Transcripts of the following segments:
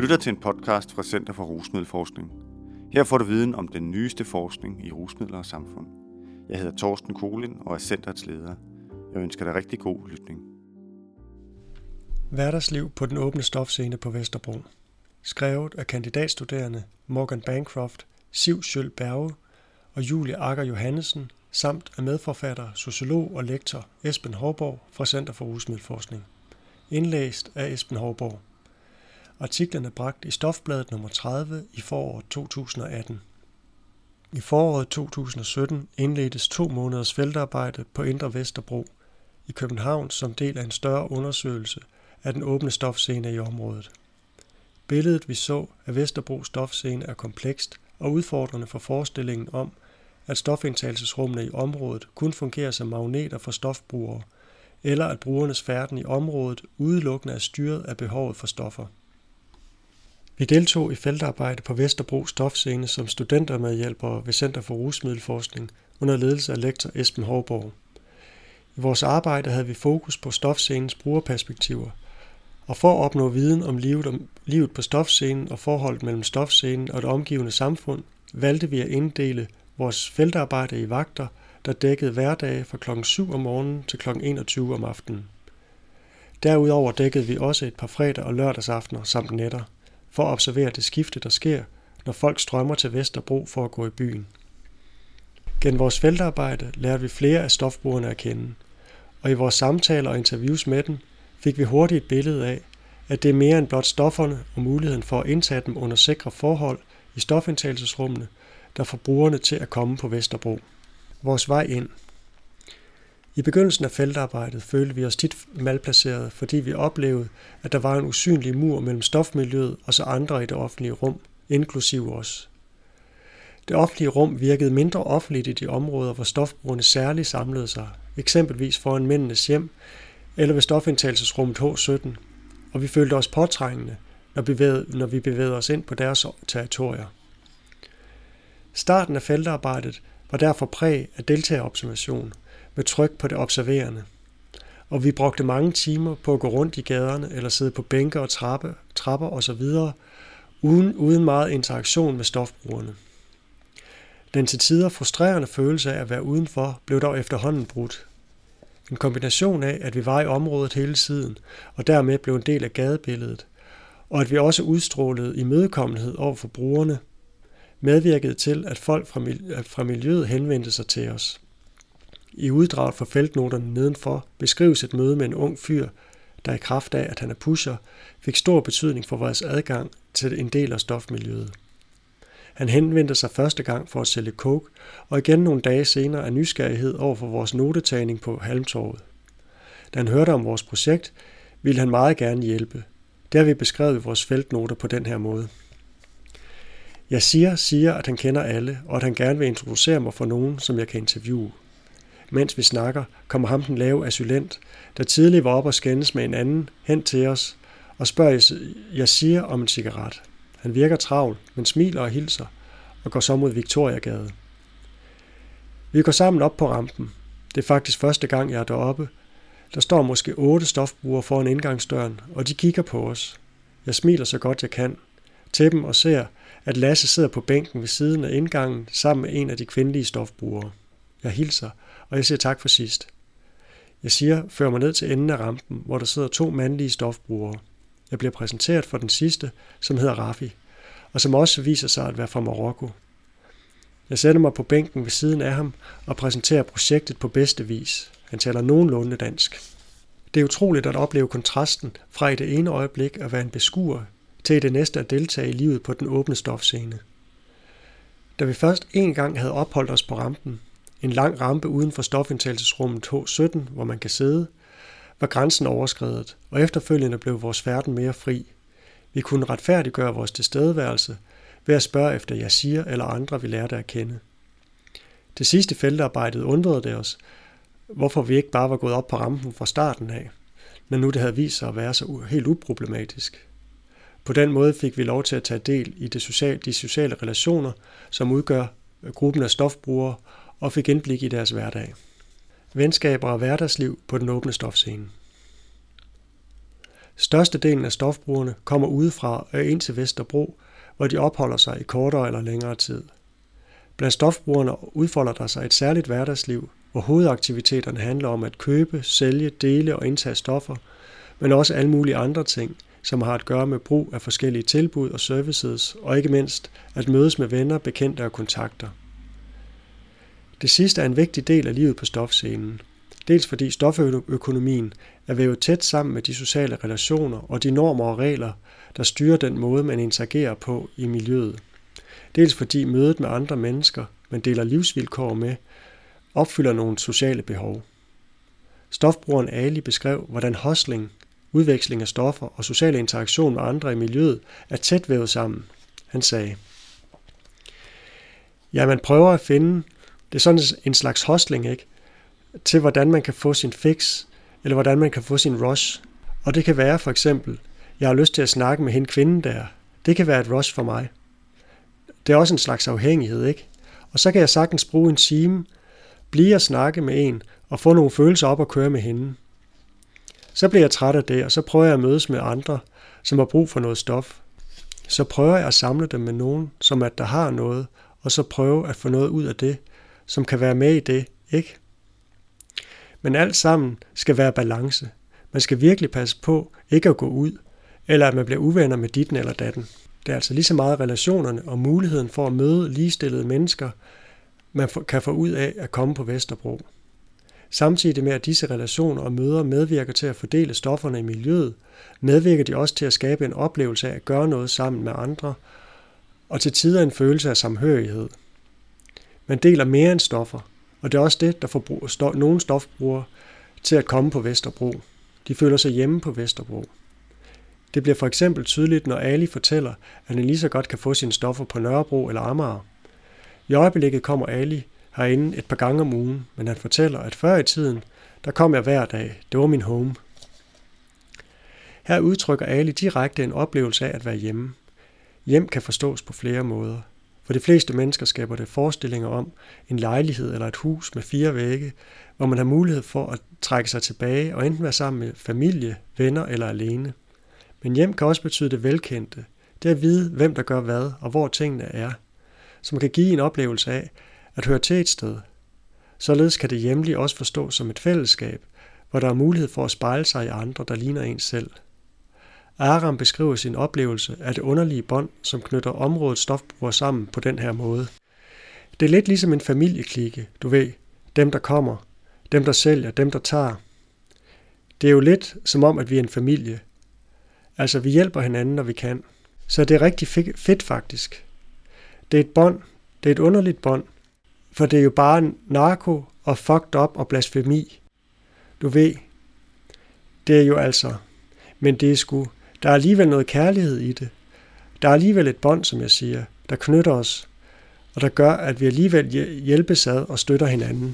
lytter til en podcast fra Center for Rusmiddelforskning. Her får du viden om den nyeste forskning i rusmidler og samfund. Jeg hedder Torsten Kolin og er centerets leder. Jeg ønsker dig rigtig god lytning. Hverdagsliv på den åbne stofscene på Vesterbro. Skrevet af kandidatstuderende Morgan Bancroft, Siv Schøll Berge og Julie Agger Johannesen, samt af medforfatter, sociolog og lektor Esben Houborg fra Center for Rusmiddelforskning. Indlæst af Esben Houborg. Artiklen er bragt i Stofbladet nummer 30 i foråret 2018. I foråret 2017 indledtes 2 måneders feltarbejde på Indre Vesterbro i København som del af en større undersøgelse af den åbne stofscene i området. Billedet vi så af Vesterbro stofscene er komplekst og udfordrende for forestillingen om, at stofindtagelsesrummene i området kun fungerer som magneter for stofbrugere, eller at brugernes færden i området udelukkende er styret af behovet for stoffer. Vi deltog i feltarbejde på Vesterbro stofscene som studentermedhjælpere ved Center for Rusmiddelforskning under ledelse af lektor Esben Houborg. I vores arbejde havde vi fokus på stofscenens brugerperspektiver, og for at opnå viden om livet på stofscenen og forholdet mellem stofscenen og det omgivende samfund, valgte vi at inddele vores feltarbejde i vagter, der dækkede hverdage fra kl. 7 om morgenen til kl. 21 om aftenen. Derudover dækkede vi også et par fredag- og lørdagsaftener samt nætter, for at observere det skifte, der sker, når folk strømmer til Vesterbro for at gå i byen. Gennem vores feltarbejde lærte vi flere af stofbrugerne at kende, og i vores samtaler og interviews med dem fik vi hurtigt et billede af, at det er mere end blot stofferne og muligheden for at indtage dem under sikre forhold i stofindtagelsesrummene, der får brugerne til at komme på Vesterbro. Vores vej ind. I begyndelsen af feltarbejdet følte vi os tit malplaceret, fordi vi oplevede, at der var en usynlig mur mellem stofmiljøet og så andre i det offentlige rum, inklusive os. Det offentlige rum virkede mindre offentligt i de områder, hvor stofbrugerne særligt samlede sig, eksempelvis foran mændenes hjem eller ved stofindtagelsesrummet H17, og vi følte os påtrængende, når vi bevægede os ind på deres territorier. Starten af feltarbejdet var derfor præg af deltagerobservation, med tryk på det observerende, og vi brugte mange timer på at gå rundt i gaderne eller sidde på bænke og trapper osv., uden meget interaktion med stofbrugerne. Den til tider frustrerende følelse af at være udenfor blev dog efterhånden brudt. En kombination af, at vi var i området hele tiden, og dermed blev en del af gadebilledet, og at vi også udstrålede imødekommenhed over for brugerne, medvirkede til, at folk fra miljøet henvendte sig til os. I uddraget fra feltnoterne nedenfor beskrives et møde med en ung fyr, der i kraft af, at han er pusher, fik stor betydning for vores adgang til en del af stofmiljøet. Han henvendte sig første gang for at sælge coke, og igen nogle dage senere af nysgerrighed over for vores notetagning på Halmtorvet. Da han hørte om vores projekt, ville han meget gerne hjælpe. Det har vi beskrevet i vores feltnoter på den her måde. Jeg siger, at han kender alle, og at han gerne vil introducere mig for nogen, som jeg kan interviewe. Mens vi snakker, kommer ham den lave asylent, der tidligere var oppe og skændes med en anden, hen til os og spørger jeg siger om en cigaret. Han virker travl, men smiler og hilser og går så mod Victoriagade. Vi går sammen op på rampen. Det er faktisk første gang, jeg er deroppe. Der står måske 8 stofbrugere foran indgangsdøren, og de kigger på os. Jeg smiler så godt jeg kan til dem og ser, at Lasse sidder på bænken ved siden af indgangen sammen med en af de kvindelige stofbrugere. Jeg hilser, og jeg siger tak for sidst. Jeg siger, fører mig ned til enden af rampen, hvor der sidder 2 mandlige stofbrugere. Jeg bliver præsenteret for den sidste, som hedder Rafi, og som også viser sig at være fra Marokko. Jeg sætter mig på bænken ved siden af ham og præsenterer projektet på bedste vis. Han taler nogenlunde dansk. Det er utroligt at opleve kontrasten fra i det ene øjeblik at være en beskuer til i det næste at deltage i livet på den åbne stofscene. Da vi først en gang havde opholdt os på rampen, en lang rampe uden for stofindtagelsesrummet H17, hvor man kan sidde, var grænsen overskredet, og efterfølgende blev vores færden mere fri. Vi kunne retfærdiggøre vores tilstedeværelse ved at spørge efter Yassir eller andre, vi lærte at kende. Det sidste feltarbejdet undrede det os, hvorfor vi ikke bare var gået op på rampen fra starten af, når nu det havde vist sig at være så helt uproblematisk. På den måde fik vi lov til at tage del i de sociale relationer, som udgør gruppen af stofbrugere, og fik indblik i deres hverdag. Venskaber og hverdagsliv på den åbne stofscene. Størstedelen af stofbrugerne kommer udefra og ind til Vesterbro, hvor de opholder sig i kortere eller længere tid. Blandt stofbrugerne udfolder der sig et særligt hverdagsliv, hvor hovedaktiviteterne handler om at købe, sælge, dele og indtage stoffer, men også alle mulige andre ting, som har at gøre med brug af forskellige tilbud og services, og ikke mindst at mødes med venner, bekendte og kontakter. Det sidste er en vigtig del af livet på stofscenen. Dels fordi stoføkonomien er vævet tæt sammen med de sociale relationer og de normer og regler, der styrer den måde, man interagerer på i miljøet. Dels fordi mødet med andre mennesker, man deler livsvilkår med, opfylder nogle sociale behov. Stofbrugeren Ali beskrev, hvordan hustling, udveksling af stoffer og social interaktion med andre i miljøet er tæt vævet sammen. Han sagde, ja, man prøver at finde, det er sådan en slags hustling, ikke? Til hvordan man kan få sin fix, eller hvordan man kan få sin rush. Og det kan være for eksempel, jeg har lyst til at snakke med hende kvinden der. Det kan være et rush for mig. Det er også en slags afhængighed, ikke? Og så kan jeg sagtens bruge en time, blive og snakke med en, og få nogle følelser op og køre med hende. Så bliver jeg træt af det, og så prøver jeg at mødes med andre, som har brug for noget stof. Så prøver jeg at samle dem med nogen, som at der har noget, og så prøve at få noget ud af det, som kan være med i det, ikke? Men alt sammen skal være balance. Man skal virkelig passe på ikke at gå ud, eller at man bliver uvenner med ditten eller datten. Det er altså lige så meget relationerne og muligheden for at møde ligestillede mennesker, man kan få ud af at komme på Vesterbro. Samtidig med at disse relationer og møder medvirker til at fordele stofferne i miljøet, medvirker de også til at skabe en oplevelse af at gøre noget sammen med andre, og til tider en følelse af samhørighed. Man deler mere end stoffer, og det er også det, der får nogle stofbrugere til at komme på Vesterbro. De føler sig hjemme på Vesterbro. Det bliver for eksempel tydeligt, når Ali fortæller, at han lige så godt kan få sine stoffer på Nørrebro eller Amager. I øjeblikket kommer Ali herinde et par gange om ugen, men han fortæller, at før i tiden, der kom jeg hver dag. Det var min home. Her udtrykker Ali direkte en oplevelse af at være hjemme. Hjem kan forstås på flere måder. For de fleste mennesker skaber det forestillinger om en lejlighed eller et hus med 4 vægge, hvor man har mulighed for at trække sig tilbage og enten være sammen med familie, venner eller alene. Men hjem kan også betyde det velkendte. Det at vide, hvem der gør hvad og hvor tingene er, som kan give en oplevelse af at høre til et sted. Således kan det hjemlige også forstås som et fællesskab, hvor der er mulighed for at spejle sig i andre, der ligner en selv. Aram beskriver sin oplevelse af det underlige bånd, som knytter områdets stofbrugere sammen på den her måde. Det er lidt ligesom en familieklikke, du ved. Dem, der kommer, dem, der sælger, dem, der tager. Det er jo lidt som om, at vi er en familie. Altså, vi hjælper hinanden, når vi kan. Så det er rigtig fedt faktisk. Det er et bånd. Det er et underligt bånd. For det er jo bare narko og fucked up og blasfemi. Du ved. Det er jo altså. Men det er sgu. Der er alligevel noget kærlighed i det. Der er alligevel et bånd, som jeg siger, der knytter os, og der gør, at vi alligevel hjælpes ad og støtter hinanden.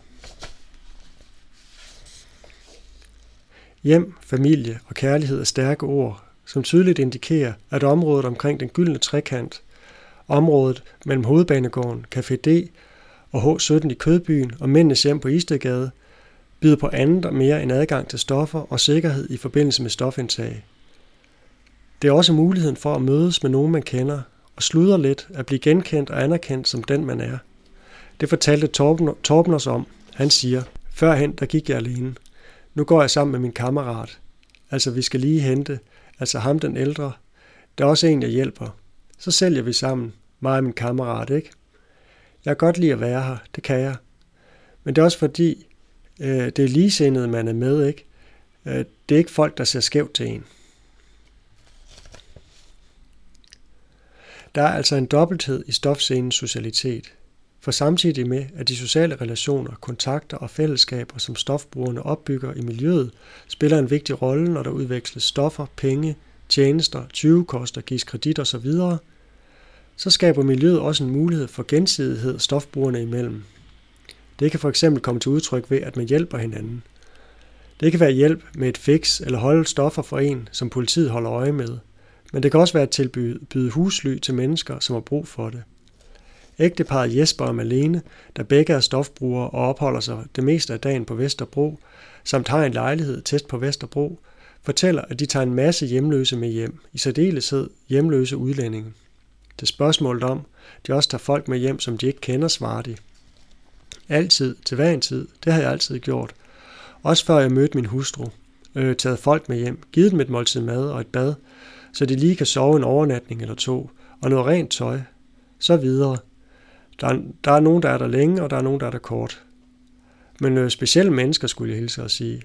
Hjem, familie og kærlighed er stærke ord, som tydeligt indikerer, at området omkring den gyldne trekant, området mellem Hovedbanegården, Café D og H17 i Kødbyen og Mændenes Hjem på Istedgade, byder på andet og mere end adgang til stoffer og sikkerhed i forbindelse med stofindtag. Det er også muligheden for at mødes med nogen, man kender, og sludre lidt at blive genkendt og anerkendt som den, man er. Det fortalte Torben os om. Han siger, førhen der gik jeg alene. Nu går jeg sammen med min kammerat. Altså vi skal lige hente, altså ham den ældre. Der er også en, jeg hjælper. Så sælger vi sammen, mig og min kammerat, ikke? Jeg kan godt lide at være her, det kan jeg. Men det er også fordi, det er ligesindet, man er med, ikke? Det er ikke folk, der ser skævt til en. Der er altså en dobbelthed i stofscenens socialitet. For samtidig med, at de sociale relationer, kontakter og fællesskaber, som stofbrugerne opbygger i miljøet, spiller en vigtig rolle, når der udveksles stoffer, penge, tjenester, tyvekoster, gives kredit osv., så skaber miljøet også en mulighed for gensidighed stofbrugerne imellem. Det kan for eksempel komme til udtryk ved, at man hjælper hinanden. Det kan være hjælp med et fix eller holde stoffer for en, som politiet holder øje med. Men det kan også være at tilbyde husly til mennesker, som har brug for det. Ægteparret Jesper og Malene, der begge er stofbrugere og opholder sig det meste af dagen på Vesterbro, samt har en lejlighed tæt på Vesterbro, fortæller, at de tager en masse hjemløse med hjem, i særdeleshed hjemløse udlændinge. Det spørgsmålet om, de også tager folk med hjem, som de ikke kender, svarer de. Altid, til hver en tid, det har jeg altid gjort. Også før jeg mødte min hustru. Taget folk med hjem, givet dem et måltid mad og et bad, så de lige kan sove en overnatning eller to, og noget rent tøj, så videre. Der er nogen, der er der længe, og der er nogen, der er der kort. Men specielle mennesker, skulle jeg hilse at sige.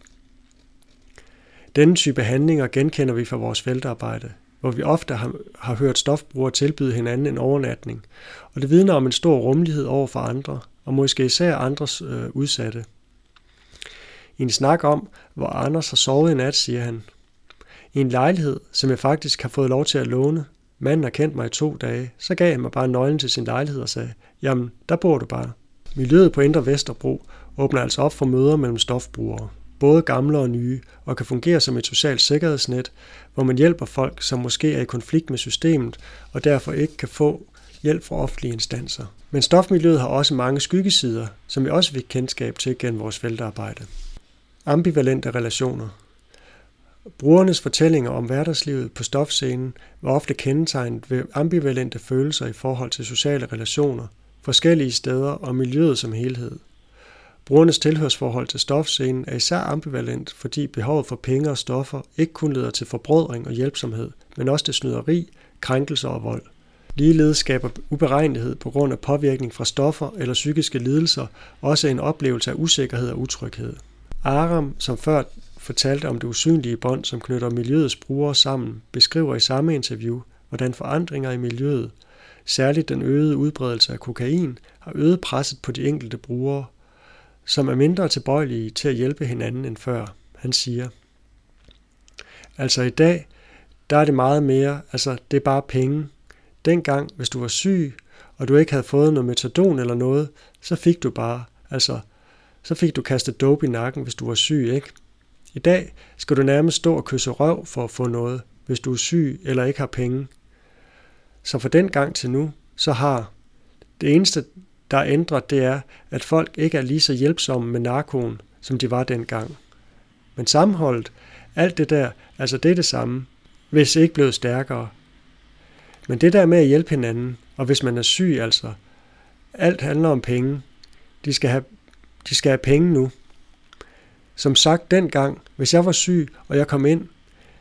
Denne type handlinger genkender vi fra vores feltarbejde, hvor vi ofte har hørt stofbrugere tilbyde hinanden en overnatning, og det vidner om en stor rummelighed over for andre, og måske især andres udsatte. I en snak om, hvor Anders har sovet i nat, siger han: i en lejlighed, som jeg faktisk har fået lov til at låne. Manden har kendt mig i 2 dage, så gav han mig bare nøglen til sin lejlighed og sagde: jamen, der bor du bare. Miljøet på Indre Vesterbro åbner altså op for møder mellem stofbrugere, både gamle og nye, og kan fungere som et socialt sikkerhedsnet, hvor man hjælper folk, som måske er i konflikt med systemet, og derfor ikke kan få hjælp fra offentlige instanser. Men stofmiljøet har også mange skyggesider, som vi også fik kendskab til gennem vores feltarbejde. Ambivalente relationer. Brugernes fortællinger om hverdagslivet på stofscenen var ofte kendetegnet ved ambivalente følelser i forhold til sociale relationer, forskellige steder og miljøet som helhed. Brugernes tilhørsforhold til stofscenen er især ambivalent, fordi behovet for penge og stoffer ikke kun leder til forbrødring og hjælpsomhed, men også til snyderi, krænkelser og vold. Ligeledes skaber uberegnelighed på grund af påvirkning fra stoffer eller psykiske lidelser også en oplevelse af usikkerhed og utryghed. Aram, som før fortalte om det usynlige bånd, som knytter miljøets brugere sammen, beskriver i samme interview, hvordan forandringer i miljøet, særligt den øgede udbredelse af kokain, har øget presset på de enkelte brugere, som er mindre tilbøjelige til at hjælpe hinanden end før. Han siger: altså i dag, der er det meget mere, det er bare penge. Dengang, hvis du var syg, og du ikke havde fået noget metadon eller noget, så fik du bare, så fik du kastet dope i nakken, hvis du var syg, ikke? I dag skal du nærmest stå og kysse røv for at få noget, hvis du er syg eller ikke har penge. Så fra den gang til nu, så har det eneste, der er ændret, det er, at folk ikke er lige så hjælpsomme med narkoen, som de var dengang. Men sammenholdet, alt det der, det er det samme, hvis ikke blevet stærkere. Men det der med at hjælpe hinanden, og hvis man er syg, alt handler om penge. De skal have penge nu. Som sagt dengang, hvis jeg var syg, og jeg kom ind,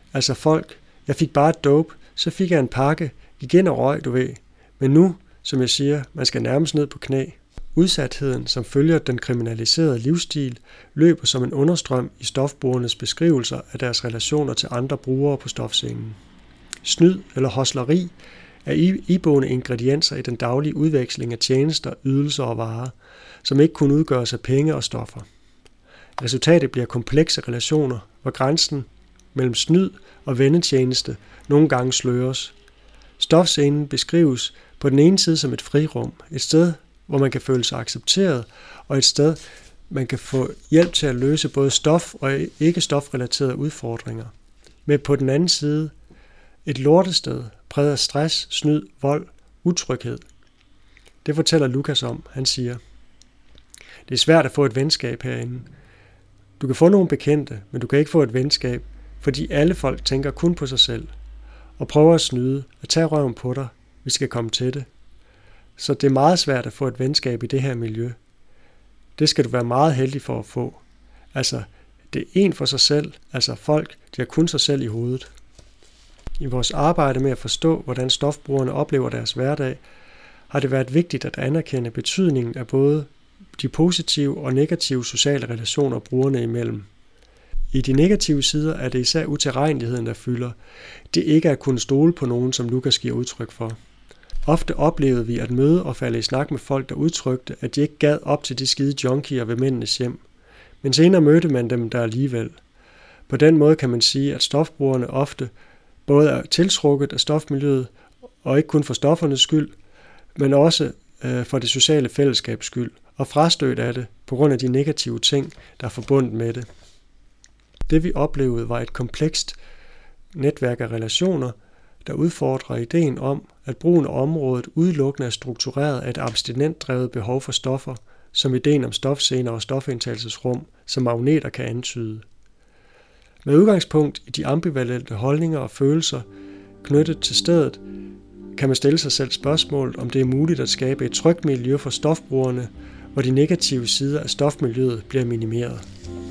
jeg fik bare et dope, så fik jeg en pakke, gik ind og røg, du ved. Men nu, som jeg siger, man skal nærmest ned på knæ. Udsatheden, som følger den kriminaliserede livsstil, løber som en understrøm i stofbrugernes beskrivelser af deres relationer til andre brugere på stofscenen. Snyd eller hostleri er iboende ingredienser i den daglige udveksling af tjenester, ydelser og varer, som ikke kun udgøres af penge og stoffer. Resultatet bliver komplekse relationer, hvor grænsen mellem snyd og vennetjeneste nogle gange sløres. Stofscenen beskrives på den ene side som et frirum, et sted, hvor man kan føle sig accepteret, og et sted, man kan få hjælp til at løse både stof- og ikke-stofrelaterede udfordringer. Men på den anden side, et lortested præget af stress, snyd, vold, utryghed. Det fortæller Lukas om. Han siger: det er svært at få et venskab herinde. Du kan få nogle bekendte, men du kan ikke få et venskab, fordi alle folk tænker kun på sig selv og prøver at snyde, at tage røven på dig, vi skal komme til det. Så det er meget svært at få et venskab i det her miljø. Det skal du være meget heldig for at få. Det er en for sig selv, folk, de har kun sig selv i hovedet. I vores arbejde med at forstå, hvordan stofbrugerne oplever deres hverdag, har det været vigtigt at anerkende betydningen af både de positive og negative sociale relationer brugerne imellem. I de negative sider er det især utilregneligheden, der fylder. Det ikke er at kunne stole på nogen, som Lukas giver udtryk for. Ofte oplevede vi at møde og falde i snak med folk, der udtrykte, at de ikke gad op til de skide junkier ved mændenes hjem. Men senere mødte man dem der alligevel. På den måde kan man sige, at stofbrugerne ofte både er tiltrukket af stofmiljøet, og ikke kun for stoffernes skyld, men også for det sociale fællesskabs skyld, og frastødt af det på grund af de negative ting, der er forbundet med det. Det vi oplevede var et komplekst netværk af relationer, der udfordrer ideen om, at brugen af området udelukkende er struktureret af et abstinentdrevet behov for stoffer, som ideen om stofscener og stofindtagelsesrum, som magneter kan antyde. Med udgangspunkt i de ambivalente holdninger og følelser knyttet til stedet, kan man stille sig selv spørgsmålet, om det er muligt at skabe et trygt miljø for stofbrugerne, hvor de negative sider af stofmiljøet bliver minimeret.